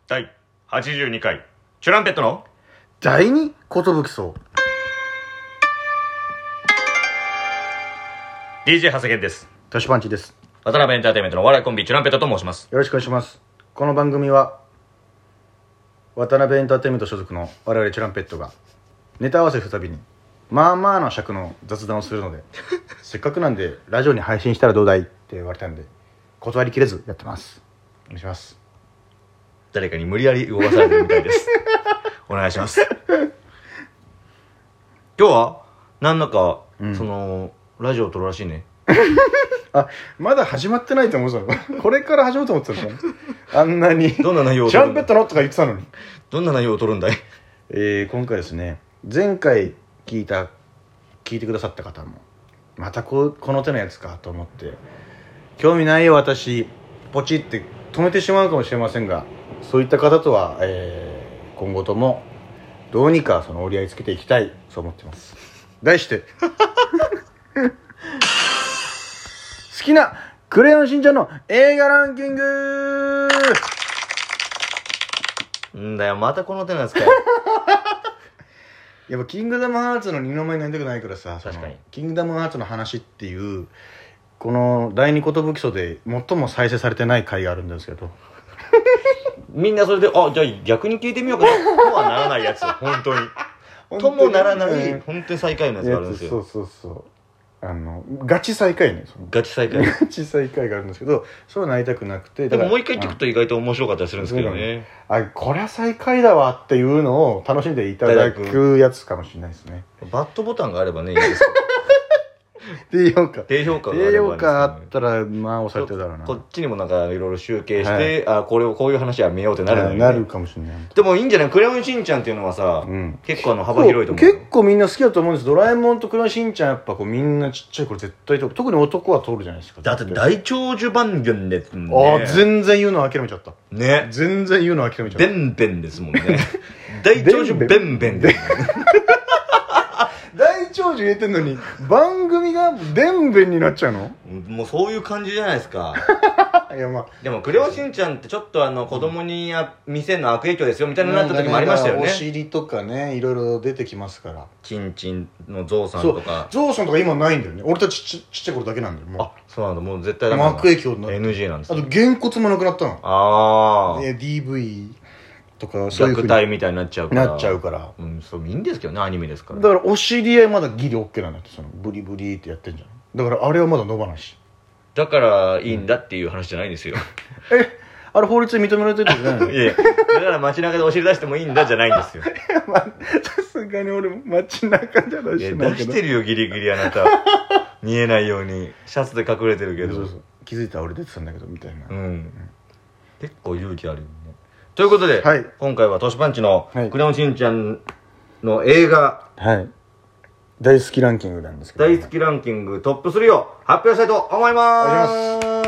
第82回チュランペットの第二寿荘。 DJ 長谷健です。 トシパンチです。 渡辺エンターテインメントのお笑いコンビチュランペットと申します。 よろしくお願いします。この番組は渡辺エンターテインメント所属の我々チュランペットがネタ合わせするたびにまあまあの尺の雑談をするのでせっかくなんでラジオに配信したらどうだいって言われたんで断りきれずやってます。お願いします。 誰かに無理やり動かされてるみたいですお願いします。今日は何らか、そのラジオを撮るらしいね。 あ、まだ始まってないと思うぞこれから始まると思ってたのあんなにどんな内容をチュランペットのとか言ってたのに。 どんな内容を撮るんだい？ 今回ですね、前回聞いてくださった方もまたこの手のやつかと思って興味ないよ私ポチって止めてしまうかもしれませんが、そういった方とは、今後ともどうにかその折り合いつけていきたいと思ってます。題して好きなクレヨンしんちゃんの映画ランキング。 んだよ、またこの手のやつかよやっぱキングダムハーツの二の舞になりたくないからさ、 確かにキングダムハーツの話っていうこの第二寿荘で最も再生されてない回があるんですけどみんなそれで、あ、じゃあ逆に聞いてみようかなとはならないやつ本当にともならない、本当に最下位のやつがあるんですよ。 そうガチ最下位ね。 ガチ最下位ガチ最下位があるんですけど、そうなりたくなくて、 でももう一回聞くと意外と面白かったりするんですけどね。 こりゃ最下位だわっていうのを楽しんでいただくやつかもしれないですね。 バットボタンがあればね、いいですよ低評価低評価があれば、ね、 低評価あったらまあ押されてるだろうな。 こっちにもなんかいろいろ集計して、はい、こういう話は見ようってなるのに、ね、 なるかもしれない。 でもいいんじゃない？クレヨンしんちゃんっていうのはさ、結構幅広いと思う。 結構みんな好きだと思うんです。ドラえもんとクレヨンしんちゃんやっぱこうみんなちっちゃい頃絶対特に男は通るじゃないですか。 だって大長寿番組ですもんね。 全然言うの諦めちゃったね。 全然言うの諦めちゃった。 ベンベンですもんね大長寿ベンベンで大長寿入れてんのに番組がベンベンになっちゃうの？ もうそういう感じじゃないですかいや、まあ、 でもクレヨンしんちゃんってちょっと子供に見せるの悪影響ですよみたいになった時もありましたよね。 お尻とかね、いろいろ出てきますから。 チンチンのゾウさんとか。 ゾウさんとか今ないんだよね。俺たちちっちゃい頃だけなんだよ。もう。 あ、そうなんだ。もう絶対ダメなんだ。 悪影響になる。 NG なんです。 あとげんこつもなくなったの。 ああ、 DV とかそういう虐待みたいになっちゃうから。うん、そういいんですけどね、アニメですから。 だからお尻はまだギリ OK なんだって、そのブリブリってやってんじゃん。だからあれはまだ野放しだからいいんだっていう話じゃないんですよあれ法律で認められてるんじゃないの？ いや、だから街中でお尻出してもいいんだじゃないんですよさすがに俺も街中じゃ出してないけど。 出してるよ、ギリギリあなた見えないようにシャツで隠れてるけど。 そう気づいたら俺出てたんだけどみたいな。 結構勇気あるよね。ということで、はい、今回はトシパンチのクレヨンしんちゃんの映画、 大好きランキングなんですけど、 大好きランキングトップ3を発表したいと思います。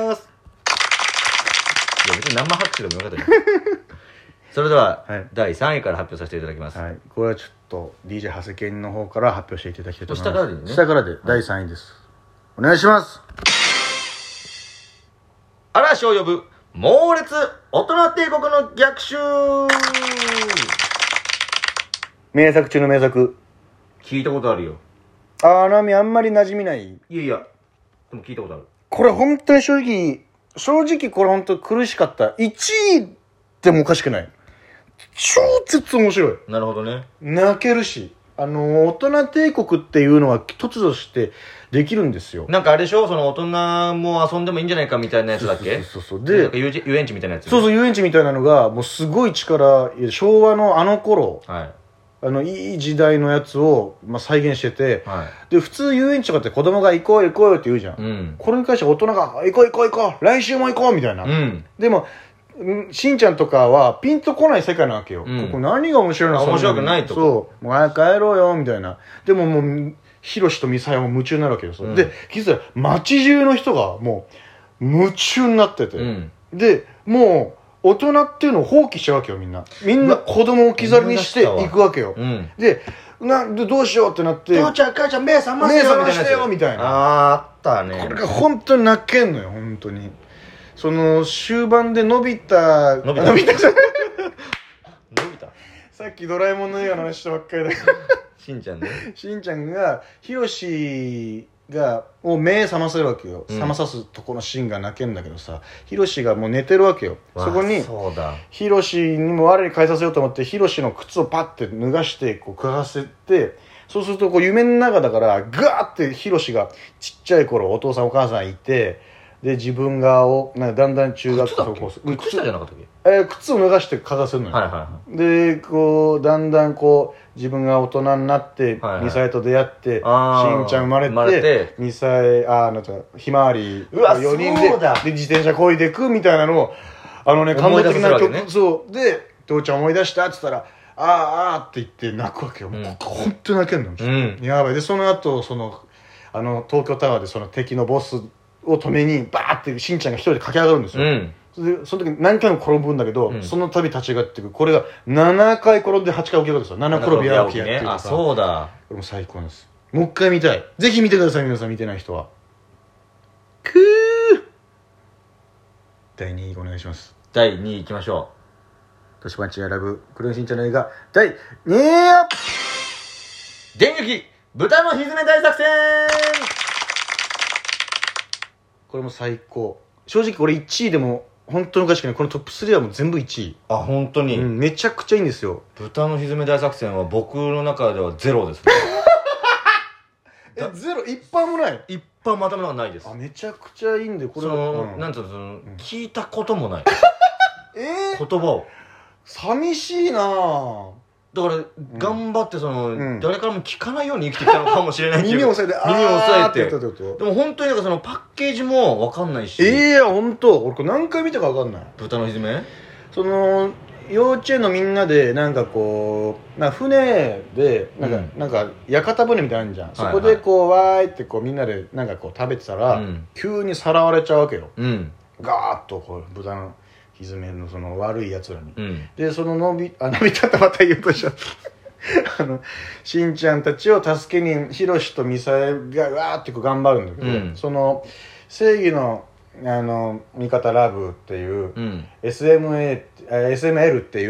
いや、別に生拍手でもよかったよそれでは、第3位から発表させていただきます。 これはちょっと DJ 長谷健の方から発表していただきたいと思います。 下からでいいね。 下からで第3位です、お願いします。 嵐を呼ぶ猛烈大人帝国の逆襲。 名作中の名作。 聞いたことあるよ。 あんまり馴染みない。 いやいや、でも聞いたことある。 これ本当に正直これ本当に苦しかった。1位でもおかしくない。超絶面白い。 なるほどね。 泣けるし、大人帝国っていうのは突如してできるんですよ。 なんかあれでしょ、その大人も遊んでもいいんじゃないかみたいなやつだっけ？ そうで、なんか遊園地みたいなやつ。 そう遊園地みたいなのがもうすごい力、昭和のあの頃、いい時代のやつを、再現してて、で普通遊園地とかって子供が行こうよって言うじゃん、これに関しては大人が行こう来週も行こうみたいな、でもしんちゃんとかはピンとこない世界なわけよ、ここ何が面白いの？ 面白くないと。 そうもう早く帰ろうよみたいな。でももうヒロシとミサヤも夢中になるわけよ、で気づいたら街中の人がもう夢中になってて、でもう大人っていうのを放棄しちゃうわけよ。みんな子供を置き去りにしていくわけよ、でどうしようってなって、父ちゃん母ちゃん目覚ましてよみたいな。 あったね。 これが本当に泣けんのよ。本当にその終盤でのび太じゃないさっきドラえもんの映画の話したばっかりだしんちゃんね。 しんちゃんがヒロシがもう目覚ませるわけよ、覚まさすとこのシーンが泣けんだけどさ、ヒロシがもう寝てるわけよ。そこにヒロシにも我に返させようと思ってヒロシの靴をパッて脱がしてこう嗅がせて、そうするとこう夢の中だからガーってヒロシがちっちゃい頃お父さんお母さんいて、で自分がなんかだんだん中学校靴下じゃなかったっけ？ 靴を脱がして嗅がせるのよ、 はいはいはい、 でこうだんだんこう自分が大人になってミサイと出会って、しんちゃん生まれてミサイなんかひまわり4人で自転車こいでくみたいなのを感動的な曲、そうで父ちゃん思い出したって言ったらあーって言って泣くわけよ、本当に泣けんの、やばい。でその後東京タワーでその敵のボスを止めにバーってしんちゃんが一人で駆け上がるんですよ、でその時何回も転ぶんだけど、その度立ち上がっていく。これが7回転んで8回起きるわけですよ。7転び起きやっていうか、 そうだ、 これも最高です。もう一回見たい。ぜひ見てください、皆さん。見てない人は第2位お願いします。 第2位いきましょう。トシパンチが選ぶクレヨンしんちゃんの映画第2位、 電撃豚のひずめ大作戦。 これも最高。正直これ1位でも本当におかしくない。このトップ3はもう全部1位。 あ、本当に、 めちゃくちゃいいんですよ。 豚のひずめ大作戦は僕の中ではゼロですねゼロ？一般もない？ 一般も頭がないです。 めちゃくちゃいいんで、これなんていうの、聞いたこともない言葉を。 寂しいなぁ。 だから頑張って誰からも聞かないように生きてきたのかもしれないけど耳を押さえてでも本当にパッケージも分かんないし。 本当俺これ何回見たか分かんない。 豚のひずめ、 幼稚園のみんなでなんかこう船でなんか屋形船みたいなのあるじゃん、そこでこうわーいってこうみんなでなんかこう食べてたら、急にさらわれちゃうわけよ、ガーッとこう豚のひずめのその悪いやつらに、でそののび太ってまた言うとしちゃったしんちゃんたちを助けにヒロシとミサエがわーってこう頑張るんだけど、その正義の味方ラブっていう、SML っていう、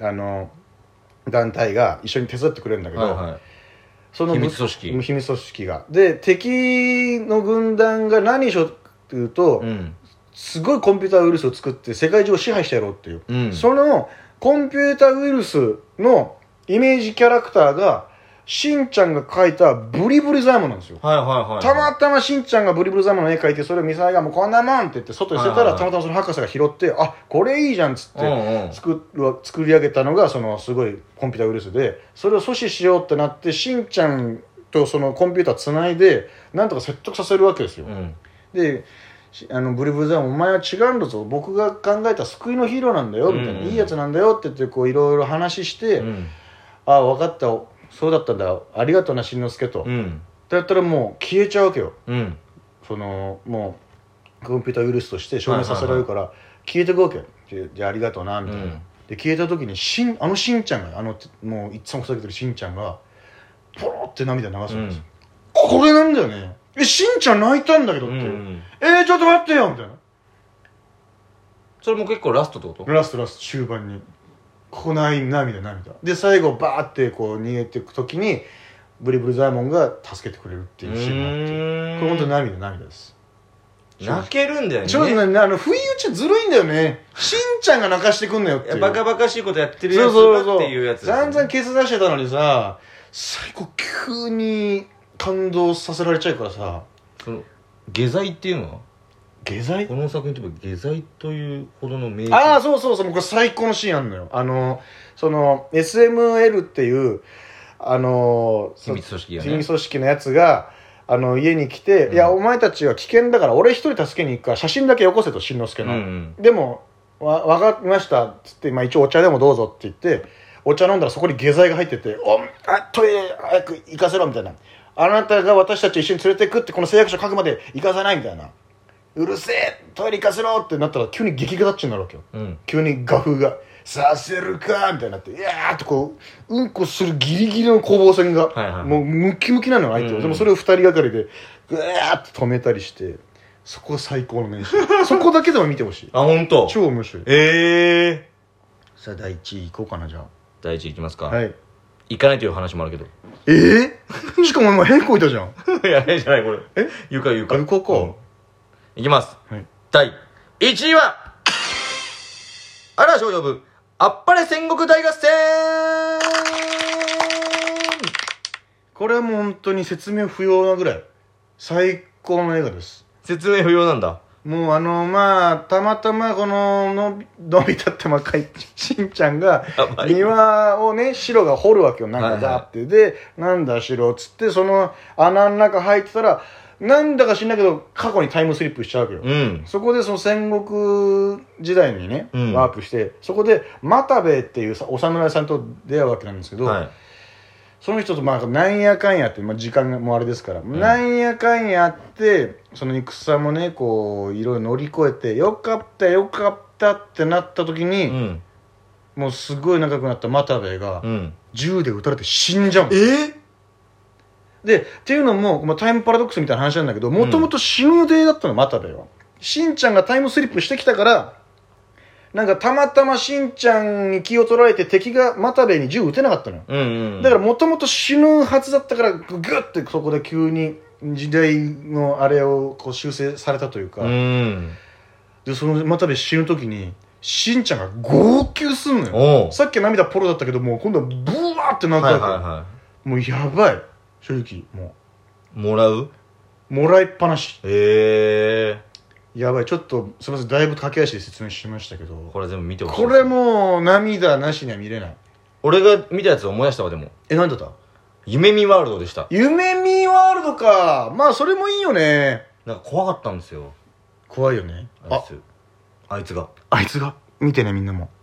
団体が一緒に手伝ってくれるんだけど、その秘密組織がで、敵の軍団が何しようっていうと、すごいコンピューターウイルスを作って世界中を支配してやろうっていう、そのコンピューターウイルスのイメージキャラクターがしんちゃんが描いたブリブリザイモンなんですよ。たまたましんちゃんがブリブリザイモンの絵描いて、それをミサイがもうこんなもんって言って外に捨てたら、たまたまその博士が拾って、あ、これいいじゃんっつって作り上げたのがそのすごいコンピューターウイルスで、それを阻止しようってなってしんちゃんとそのコンピューターつないでなんとか説得させるわけですよ、でブリブリザイモン、お前は違うんだぞ、僕が考えた救いのヒーローなんだよみたいな、いいやつなんだよって言ってこういろいろ話して、あ、分かった、そうだったんだ、ありがとうなしんのすけと、だったらもう消えちゃうわけよ、もうコンピューターウイルスとして証明させられるから消えてくわけよ。じゃあありがとうなみたいな、で消えた時にしんちゃんがもういつもふざけてるしんちゃんがポロって涙流すんですよ、これなんだよね。しんちゃん泣いたんだけどって、ちょっと待ってよみたいな。 それも結構ラストってこと？ ラスト終盤にこない涙で最後バーってこう逃げていく時にブリブリザイモンが助けてくれるっていうシーンがあって、これ本当に涙です。 泣けるんだよね。 ちょっとね、不意打ちずるいんだよね。しんちゃんが泣かしてくんなよっていう。 バカバカしいことやってるやつだっていうやつ、 散々ケツ出してたのにさ、最後急に感動させられちゃうからさ。 下剤っていうのは下剤？ この作品といえば下剤というほどの名曲。そうこれ最高のシーンあるのよ。その SML っていう秘密組織がね、 秘密組織のやつが家に来て、いやお前たちは危険だから俺一人助けに行くから写真だけよこせと、しんのすけの、でも分かりましたっつって、一応お茶でもどうぞって言ってお茶飲んだらそこに下剤が入ってて、トイレ早く行かせろみたいな、あなたが私たち一緒に連れてくってこの誓約書書くまで行かせないみたいな、うるせえトイレ行かせろってなったら急に激ガタッチになるわけよ、急に画風がさせるかみたいになって、いやーってこううんこするギリギリの攻防戦が、もうムキムキなのよ相手は、でもそれを2人がかりでぐわーって止めたりして、そこが最高の名シーンそこだけでも見てほしい。 本当？ 超面白い。さあ第1位いこうかな。じゃあ第一いきますか。 はい。 行かないという話もあるけど。 しかも今変こいたじゃん。 いや、変じゃない、これ。床。 床か。 いきます。 はい。 第1位は、嵐を呼ぶ、あっぱれ戦国大合戦。 これはもう本当に説明不要なぐらい、最高の映画です。 説明不要なんだ。 もうまあ、たまたまこの伸びたって若いしんちゃんが、庭をね、白が掘るわけよ。なんかザーって。で、なんだ白っつって、その穴の中入ってたら、なんだか知んないけど、過去にタイムスリップしちゃうわけよ。そこでその戦国時代にね、ワープして、そこで、又兵衛っていうお侍さんと出会うわけなんですけど、その人となんやかんやって、時間もあれですから、なんやかんやって、その戦もね、こういろいろ乗り越えて、よかったってなった時に、もうすごい長くなった又兵衛が、銃で撃たれて死んじゃうの。でっていうのも、タイムパラドックスみたいな話なんだけど、もともと死ぬ予定だったの、又兵衛は。しんちゃんがタイムスリップしてきたから、なんかたまたましんちゃんに気を取られて敵が又兵衛に銃撃てなかったのよ。だからもともと死ぬはずだったから、グッてそこで急に時代のあれをこう修正されたというか、でその又兵衛死ぬ時にしんちゃんが号泣すんのよ。さっき涙ポロだったけど、もう今度はブワーってなったわけ。もうやばい、正直。 もらいっぱなし。やばい。ちょっとすみません、だいぶ駆け足で説明しましたけど、 これ全部見てほしい。 これもう涙なしには見れない。 俺が見たやつを思い出したわ。でも何だった？ 夢見ワールドでした。 夢見ワールドか。まあそれもいいよね。 なんか怖かったんですよ。 怖いよね。 あいつが見てね、みんなも。